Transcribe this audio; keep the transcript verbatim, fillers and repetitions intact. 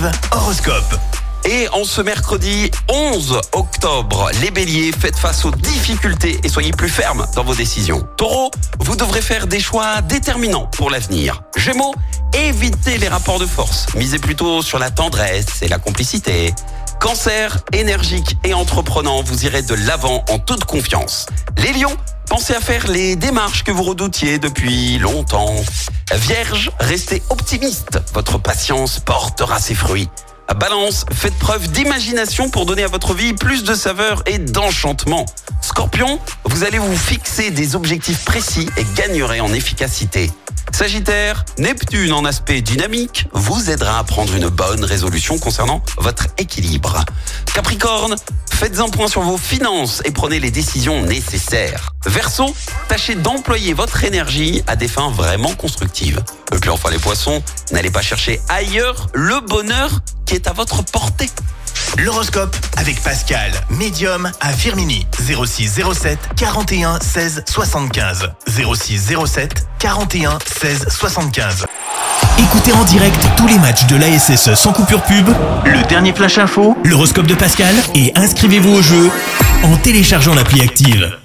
Active Horoscope. Et en ce mercredi onze octobre, les béliers, faites face aux difficultés et soyez plus fermes dans vos décisions. Taureau, vous devrez faire des choix déterminants pour l'avenir. Gémeaux, évitez les rapports de force. Misez plutôt sur la tendresse et la complicité. Cancer, énergique et entreprenant, vous irez de l'avant en toute confiance. Les lions, pensez à faire les démarches que vous redoutiez depuis longtemps. Vierge, restez optimiste, votre patience portera ses fruits. Balance, faites preuve d'imagination pour donner à votre vie plus de saveur et d'enchantement. Scorpion, vous allez vous fixer des objectifs précis et gagnerez en efficacité. Sagittaire, Neptune en aspect dynamique vous aidera à prendre une bonne résolution concernant votre équilibre. Capricorne, faites un point sur vos finances et prenez les décisions nécessaires. Verseau, tâchez d'employer votre énergie à des fins vraiment constructives. Et puis enfin les poissons, n'allez pas chercher ailleurs le bonheur qui est à votre portée. L'horoscope avec Pascal, médium à Firmini. zéro six zéro sept quarante et un seize soixante-quinze. zéro six zéro sept quarante et un seize soixante-quinze. Écoutez en direct tous les matchs de l'A S S sans coupure pub, le dernier flash info, l'horoscope de Pascal et inscrivez-vous au jeu en téléchargeant l'appli Active.